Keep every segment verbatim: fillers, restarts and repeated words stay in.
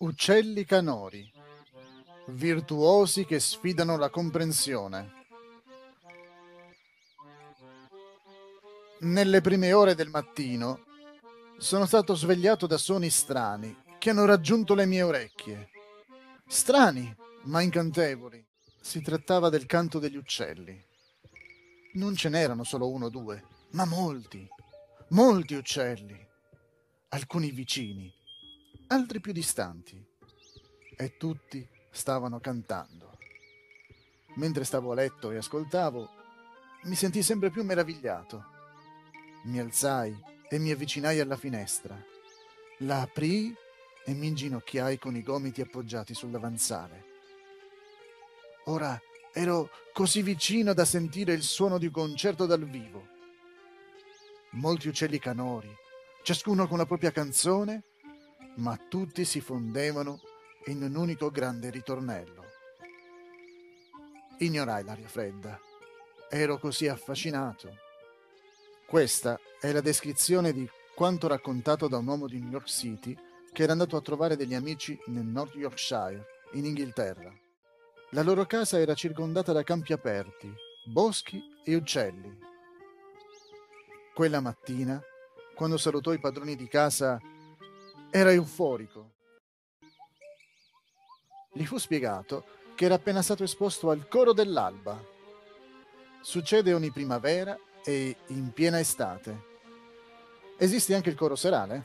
Uccelli canori, virtuosi che sfidano la comprensione. Nelle prime ore del mattino sono stato svegliato da suoni strani che hanno raggiunto le mie orecchie. Strani, ma incantevoli. Si trattava del canto degli uccelli. Non ce n'erano solo uno o due, ma molti, molti uccelli. Alcuni vicini, altri più distanti. E tutti stavano cantando. Mentre stavo a letto e ascoltavo, mi sentii sempre più meravigliato. Mi alzai e mi avvicinai alla finestra. La aprii e mi inginocchiai con i gomiti appoggiati sul davanzale. Ora ero così vicino da sentire il suono di un concerto dal vivo. Molti uccelli canori, ciascuno con la propria canzone, ma tutti si fondevano in un unico grande ritornello. Ignorai l'aria fredda. Ero così affascinato. Questa è la descrizione di quanto raccontato da un uomo di New York City che era andato a trovare degli amici nel North Yorkshire, in Inghilterra. La loro casa era circondata da campi aperti, boschi e uccelli. Quella mattina, quando salutò i padroni di casa, era euforico. Gli fu spiegato che era appena stato esposto al coro dell'alba. Succede ogni primavera e in piena estate. Esiste anche il coro serale?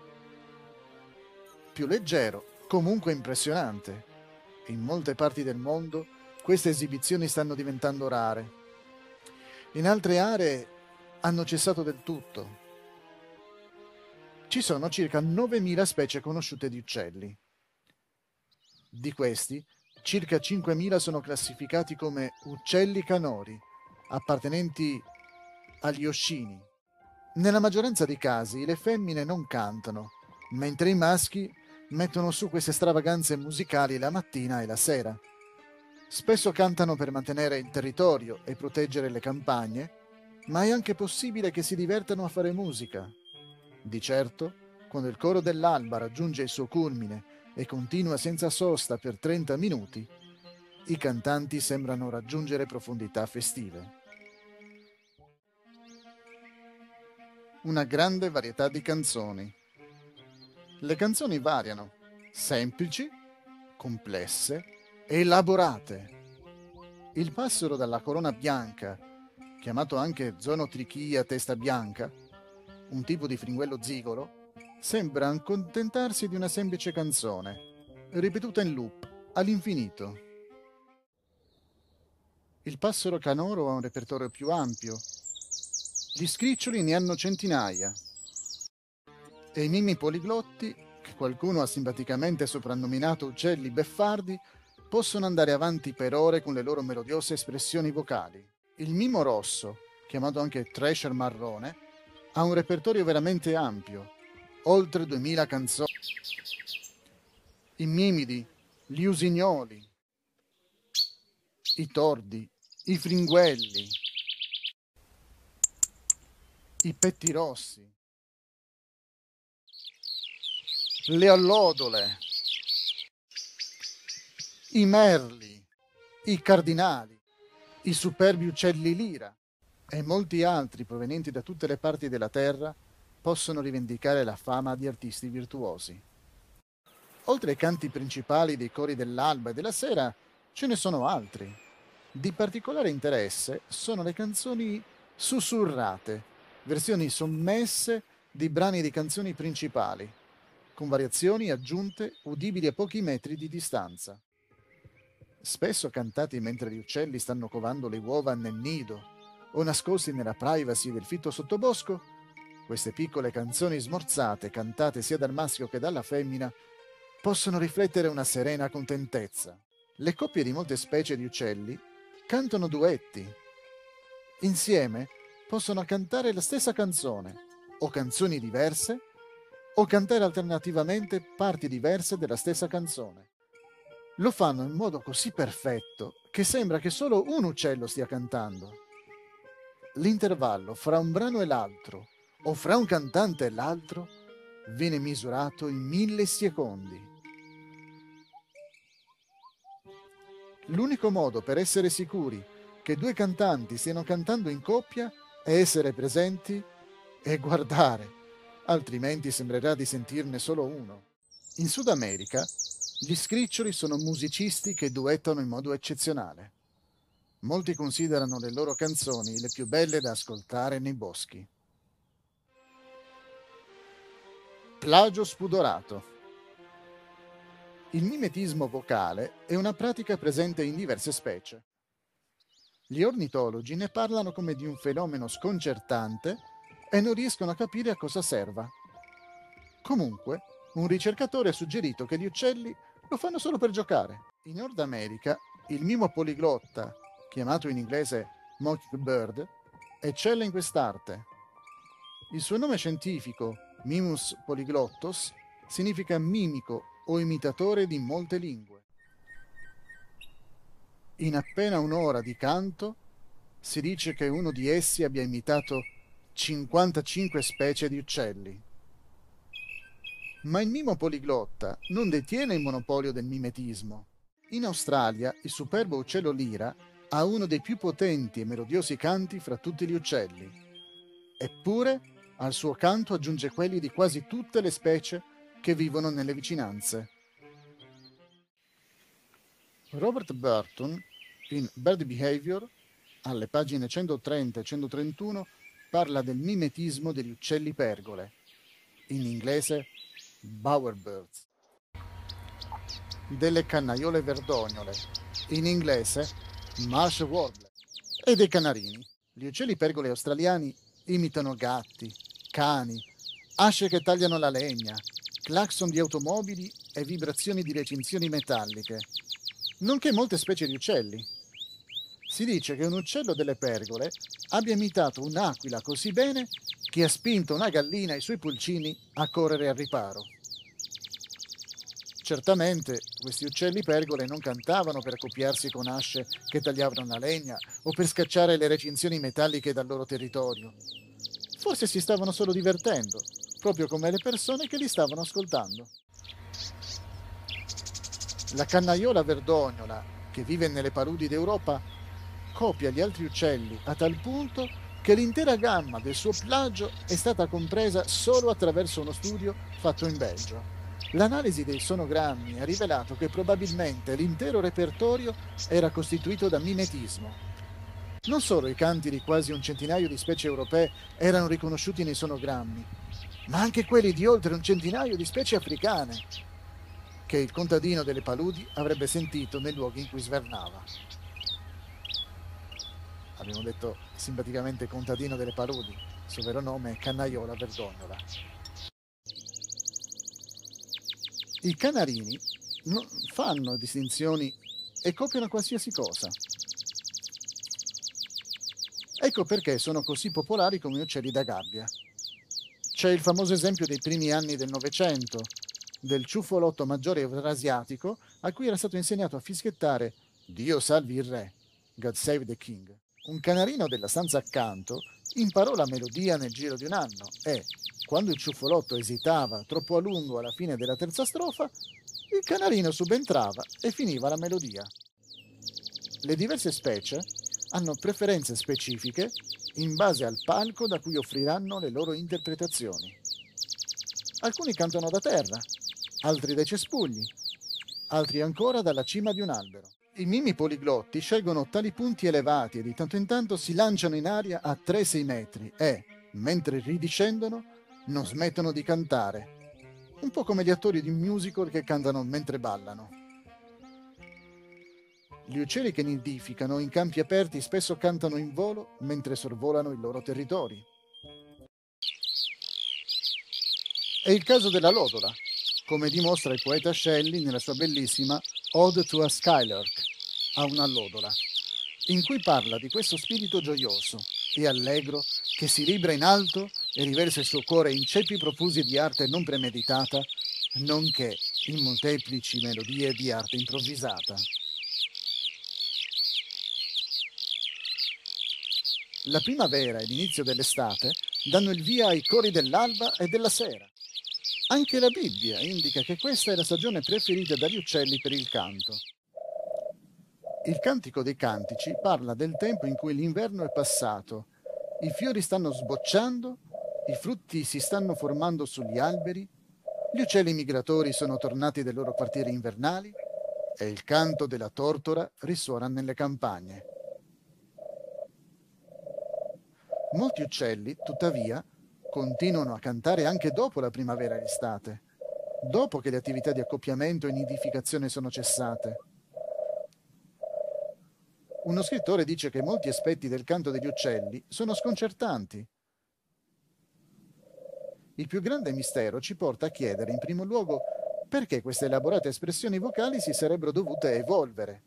Più leggero, comunque impressionante. In molte parti del mondo queste esibizioni stanno diventando rare. In altre aree hanno cessato del tutto. Ci sono circa novemila specie conosciute di uccelli. Di questi, circa cinquemila sono classificati come uccelli canori, appartenenti agli oscini. Nella maggioranza dei casi le femmine non cantano, mentre i maschi mettono su queste stravaganze musicali la mattina e la sera. Spesso cantano per mantenere il territorio e proteggere le campagne, ma è anche possibile che si divertano a fare musica. Di certo, quando il coro dell'alba raggiunge il suo culmine e continua senza sosta per trenta minuti, i cantanti sembrano raggiungere profondità festive. Una grande varietà di canzoni. Le canzoni variano, semplici, complesse e elaborate. Il passero dalla corona bianca, chiamato anche zonotrichia testa bianca, un tipo di fringuello zigolo, sembra accontentarsi di una semplice canzone, ripetuta in loop, all'infinito. Il passero canoro ha un repertorio più ampio. Gli scriccioli ne hanno centinaia. E i mimi poliglotti, che qualcuno ha simpaticamente soprannominato uccelli beffardi, possono andare avanti per ore con le loro melodiose espressioni vocali. Il mimo rosso, chiamato anche thrasher marrone, ha un repertorio veramente ampio, oltre duemila canzoni. I mimidi, gli usignoli, i tordi, i fringuelli, i pettirossi, le allodole, i merli, i cardinali, i superbi uccelli lira e molti altri provenienti da tutte le parti della terra possono rivendicare la fama di artisti virtuosi. Oltre ai canti principali dei cori dell'alba e della sera, ce ne sono altri. Di particolare interesse sono le canzoni sussurrate, versioni sommesse di brani di canzoni principali, con variazioni aggiunte udibili a pochi metri di distanza. Spesso cantati mentre gli uccelli stanno covando le uova nel nido o nascosti nella privacy del fitto sottobosco, queste piccole canzoni smorzate, cantate sia dal maschio che dalla femmina, possono riflettere una serena contentezza. Le coppie di molte specie di uccelli cantano duetti. Insieme possono cantare la stessa canzone, o canzoni diverse, o cantare alternativamente parti diverse della stessa canzone. Lo fanno in modo così perfetto che sembra che solo un uccello stia cantando. L'intervallo fra un brano e l'altro, o fra un cantante e l'altro, viene misurato in mille secondi. L'unico modo per essere sicuri che due cantanti stiano cantando in coppia è essere presenti e guardare, altrimenti sembrerà di sentirne solo uno. In Sud America, gli scriccioli sono musicisti che duettano in modo eccezionale. Molti considerano le loro canzoni le più belle da ascoltare nei boschi. Plagio spudorato. Il mimetismo vocale è una pratica presente in diverse specie. Gli ornitologi ne parlano come di un fenomeno sconcertante e non riescono a capire a cosa serva. Comunque, un ricercatore ha suggerito che gli uccelli lo fanno solo per giocare. In Nord America, il mimo poliglotta, chiamato in inglese mockingbird, eccelle in quest'arte. Il suo nome scientifico, Mimus polyglottos, significa mimico o imitatore di molte lingue. In appena un'ora di canto, si dice che uno di essi abbia imitato cinquantacinque specie di uccelli. Ma il mimo poliglotta non detiene il monopolio del mimetismo. In Australia, il superbo uccello lira ha uno dei più potenti e melodiosi canti fra tutti gli uccelli. Eppure, al suo canto aggiunge quelli di quasi tutte le specie che vivono nelle vicinanze. Robert Burton, in Bird Behavior, alle pagine centotrenta e centotrentuno, parla del mimetismo degli uccelli pergole, in inglese bowerbirds, delle cannaiole verdognole, in inglese marsh warbler, e dei canarini. Gli uccelli pergole australiani imitano gatti, cani, asce che tagliano la legna, clacson di automobili e vibrazioni di recinzioni metalliche, nonché molte specie di uccelli. Si dice che un uccello delle pergole abbia imitato un'aquila così bene che ha spinto una gallina e i suoi pulcini a correre al riparo. Certamente questi uccelli pergole non cantavano per accoppiarsi con asce che tagliavano la legna o per scacciare le recinzioni metalliche dal loro territorio. Forse si stavano solo divertendo, proprio come le persone che li stavano ascoltando. La cannaiola verdognola, che vive nelle paludi d'Europa, copia gli altri uccelli a tal punto che l'intera gamma del suo plagio è stata compresa solo attraverso uno studio fatto in Belgio. L'analisi dei sonogrammi ha rivelato che probabilmente l'intero repertorio era costituito da mimetismo. Non solo i canti di quasi un centinaio di specie europee erano riconosciuti nei sonogrammi, ma anche quelli di oltre un centinaio di specie africane, che il contadino delle paludi avrebbe sentito nei luoghi in cui svernava. Abbiamo detto simpaticamente contadino delle paludi, il suo vero nome è cannaiola verdognola. I canarini non fanno distinzioni e copiano qualsiasi cosa. Ecco perché sono così popolari come uccelli da gabbia. C'è il famoso esempio dei primi anni del Novecento, del ciuffolotto maggiore eurasiatico a cui era stato insegnato a fischiettare Dio salvi il re, God save the king. Un canarino della stanza accanto imparò la melodia nel giro di un anno e, quando il ciuffolotto esitava troppo a lungo alla fine della terza strofa, il canarino subentrava e finiva la melodia. Le diverse specie hanno preferenze specifiche in base al palco da cui offriranno le loro interpretazioni. Alcuni cantano da terra, altri dai cespugli, altri ancora dalla cima di un albero. I mimi poliglotti scelgono tali punti elevati e di tanto in tanto si lanciano in aria a tre sei metri e, mentre ridiscendono, non smettono di cantare. Un po' come gli attori di un musical che cantano mentre ballano. Gli uccelli che nidificano in campi aperti spesso cantano in volo mentre sorvolano i loro territori. È il caso della lodola, come dimostra il poeta Shelley nella sua bellissima Ode to a Skylark, a una allodola, in cui parla di questo spirito gioioso e allegro che si libra in alto e riversa il suo cuore in ceppi profusi di arte non premeditata, nonché in molteplici melodie di arte improvvisata. La primavera e l'inizio dell'estate danno il via ai cori dell'alba e della sera. Anche la Bibbia indica che questa è la stagione preferita dagli uccelli per il canto. Il Cantico dei Cantici parla del tempo in cui l'inverno è passato, i fiori stanno sbocciando, i frutti si stanno formando sugli alberi, gli uccelli migratori sono tornati dai loro quartieri invernali e il canto della tortora risuona nelle campagne. Molti uccelli, tuttavia, continuano a cantare anche dopo la primavera e l'estate, dopo che le attività di accoppiamento e nidificazione sono cessate. Uno scrittore dice che molti aspetti del canto degli uccelli sono sconcertanti. Il più grande mistero ci porta a chiedere in primo luogo perché queste elaborate espressioni vocali si sarebbero dovute evolvere.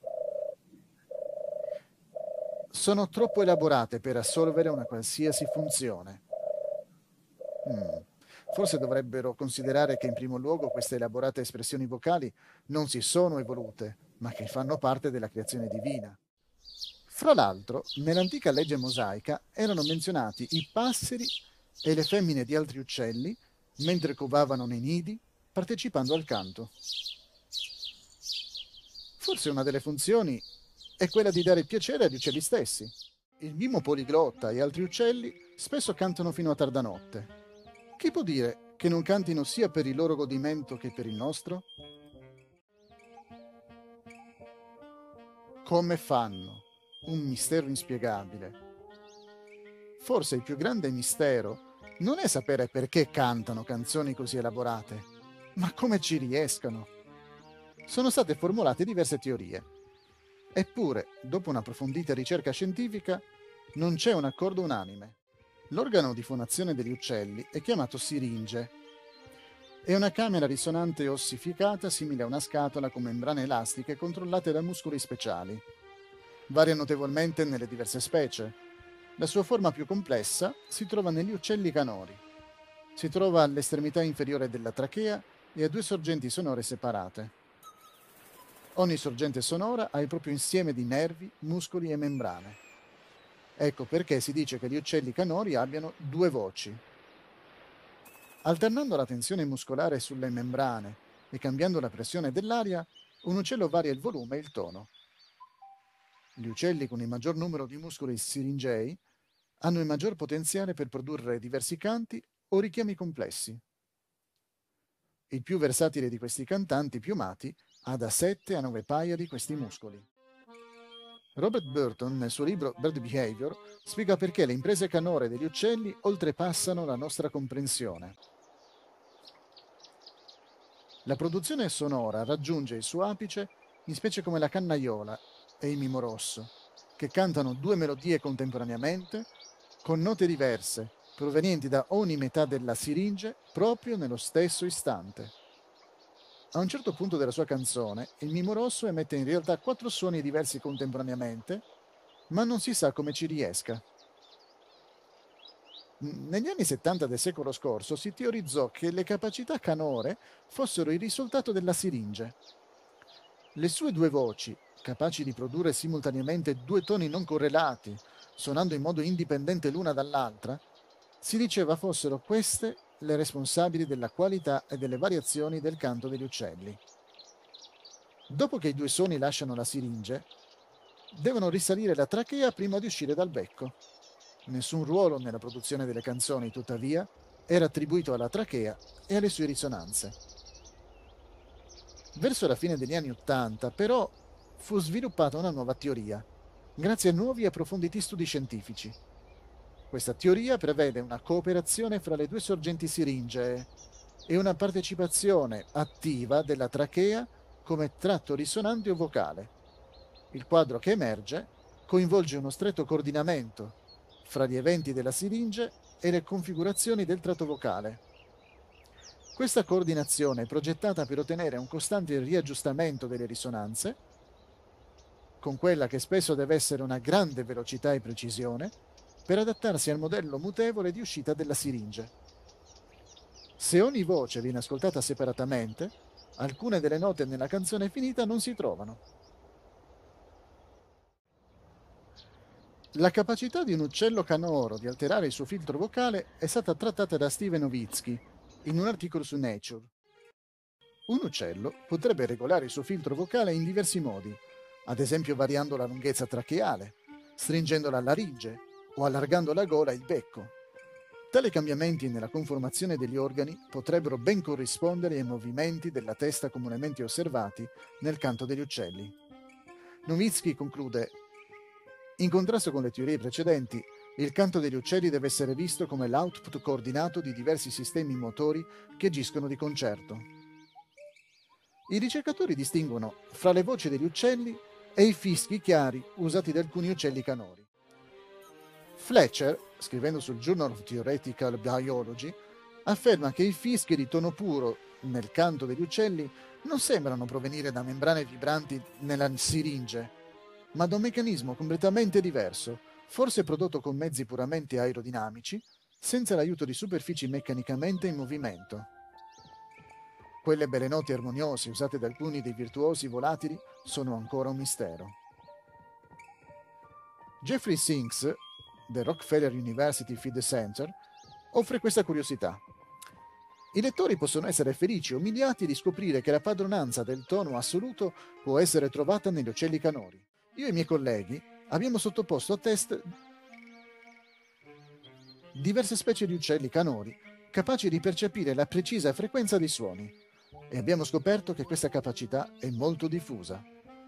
Sono troppo elaborate per assolvere una qualsiasi funzione. Hmm. Forse dovrebbero considerare che in primo luogo queste elaborate espressioni vocali non si sono evolute, ma che fanno parte della creazione divina. Fra l'altro, nell'antica legge mosaica erano menzionati i passeri e le femmine di altri uccelli mentre covavano nei nidi, partecipando al canto. Forse una delle funzioni è quella di dare piacere agli uccelli stessi. Il mimo poliglotta e altri uccelli spesso cantano fino a tarda notte. Chi può dire che non cantino sia per il loro godimento che per il nostro? Come fanno? Un mistero inspiegabile. Forse il più grande mistero non è sapere perché cantano canzoni così elaborate, ma come ci riescano. Sono state formulate diverse teorie. Eppure, dopo un'approfondita ricerca scientifica, non c'è un accordo unanime. L'organo di fonazione degli uccelli è chiamato siringe. È una camera risonante ossificata simile a una scatola con membrane elastiche controllate da muscoli speciali. Varia notevolmente nelle diverse specie. La sua forma più complessa si trova negli uccelli canori. Si trova all'estremità inferiore della trachea e ha due sorgenti sonore separate. Ogni sorgente sonora ha il proprio insieme di nervi, muscoli e membrane. Ecco perché si dice che gli uccelli canori abbiano due voci. Alternando la tensione muscolare sulle membrane e cambiando la pressione dell'aria, un uccello varia il volume e il tono. Gli uccelli con il maggior numero di muscoli siringei hanno il maggior potenziale per produrre diversi canti o richiami complessi. Il più versatile di questi cantanti piumati ha da sette a nove paia di questi muscoli. Robert Burton, nel suo libro Bird Behavior, spiega perché le imprese canore degli uccelli oltrepassano la nostra comprensione. La produzione sonora raggiunge il suo apice in specie come la cannaiola e il mimo rosso, che cantano due melodie contemporaneamente, con note diverse, provenienti da ogni metà della siringe, proprio nello stesso istante. A un certo punto della sua canzone, il mimo rosso emette in realtà quattro suoni diversi contemporaneamente, ma non si sa come ci riesca. Negli anni settanta del secolo scorso si teorizzò che le capacità canore fossero il risultato della siringe. Le sue due voci, capaci di produrre simultaneamente due toni non correlati, suonando in modo indipendente l'una dall'altra, si diceva fossero queste le responsabili della qualità e delle variazioni del canto degli uccelli. Dopo che i due suoni lasciano la siringe, devono risalire la trachea prima di uscire dal becco. Nessun ruolo nella produzione delle canzoni, tuttavia, era attribuito alla trachea e alle sue risonanze. Verso la fine degli anni Ottanta, però, fu sviluppata una nuova teoria, grazie a nuovi e approfonditi studi scientifici. Questa teoria prevede una cooperazione fra le due sorgenti siringee e una partecipazione attiva della trachea come tratto risonante o vocale. Il quadro che emerge coinvolge uno stretto coordinamento fra gli eventi della siringe e le configurazioni del tratto vocale. Questa coordinazione è progettata per ottenere un costante riaggiustamento delle risonanze, con quella che spesso deve essere una grande velocità e precisione, per adattarsi al modello mutevole di uscita della siringe. Se ogni voce viene ascoltata separatamente, alcune delle note nella canzone finita non si trovano. La capacità di un uccello canoro di alterare il suo filtro vocale è stata trattata da Steven Nowitzki in un articolo su Nature. Un uccello potrebbe regolare il suo filtro vocale in diversi modi, ad esempio variando la lunghezza tracheale, stringendo la laringe o allargando la gola e il becco. Tali cambiamenti nella conformazione degli organi potrebbero ben corrispondere ai movimenti della testa comunemente osservati nel canto degli uccelli. Nowitzki conclude: in contrasto con le teorie precedenti, il canto degli uccelli deve essere visto come l'output coordinato di diversi sistemi motori che agiscono di concerto. I ricercatori distinguono fra le voci degli uccelli e i fischi chiari usati da alcuni uccelli canori. Fletcher, scrivendo sul Journal of Theoretical Biology, afferma che i fischi di tono puro nel canto degli uccelli non sembrano provenire da membrane vibranti nella siringe, ma da un meccanismo completamente diverso, forse prodotto con mezzi puramente aerodinamici, senza l'aiuto di superfici meccanicamente in movimento. Quelle belle note armoniose usate da alcuni dei virtuosi volatili sono ancora un mistero. Jeffrey Sinks, del Rockefeller University Field Center, offre questa curiosità. I lettori possono essere felici o umiliati di scoprire che la padronanza del tono assoluto può essere trovata negli uccelli canori. Io e i miei colleghi abbiamo sottoposto a test diverse specie di uccelli canori capaci di percepire la precisa frequenza dei suoni e abbiamo scoperto che questa capacità è molto diffusa.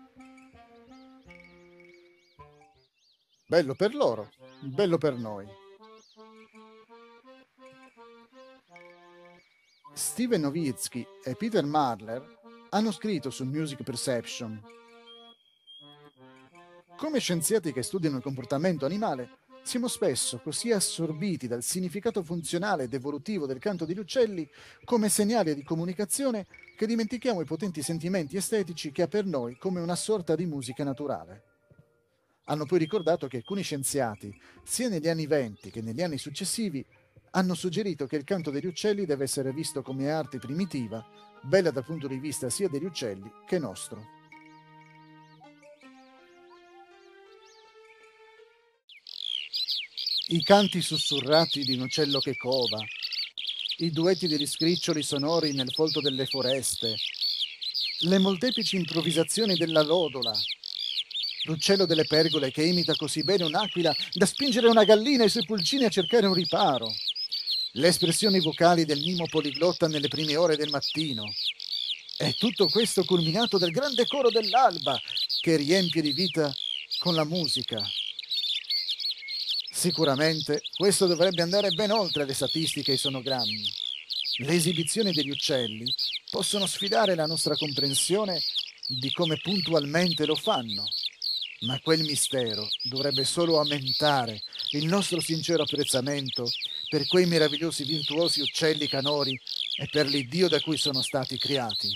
Bello per loro, bello per noi. Steven Nowitzki e Peter Marler hanno scritto su Music Perception. Come scienziati che studiano il comportamento animale, siamo spesso così assorbiti dal significato funzionale ed evolutivo del canto degli uccelli come segnale di comunicazione che dimentichiamo i potenti sentimenti estetici che ha per noi come una sorta di musica naturale. Hanno poi ricordato che alcuni scienziati, sia negli anni venti che negli anni successivi, hanno suggerito che il canto degli uccelli deve essere visto come arte primitiva, bella dal punto di vista sia degli uccelli che nostro. I canti sussurrati di un uccello che cova, i duetti degli scriccioli sonori nel folto delle foreste, le molteplici improvvisazioni della lodola, l'uccello delle pergole che imita così bene un'aquila da spingere una gallina e i suoi pulcini a cercare un riparo, le espressioni vocali del mimo poliglotta nelle prime ore del mattino. E tutto questo culminato dal grande coro dell'alba che riempie di vita con la musica. Sicuramente questo dovrebbe andare ben oltre le statistiche e i sonogrammi. Le esibizioni degli uccelli possono sfidare la nostra comprensione di come puntualmente lo fanno, ma quel mistero dovrebbe solo aumentare il nostro sincero apprezzamento per quei meravigliosi virtuosi uccelli canori e per l'Iddio da cui sono stati creati.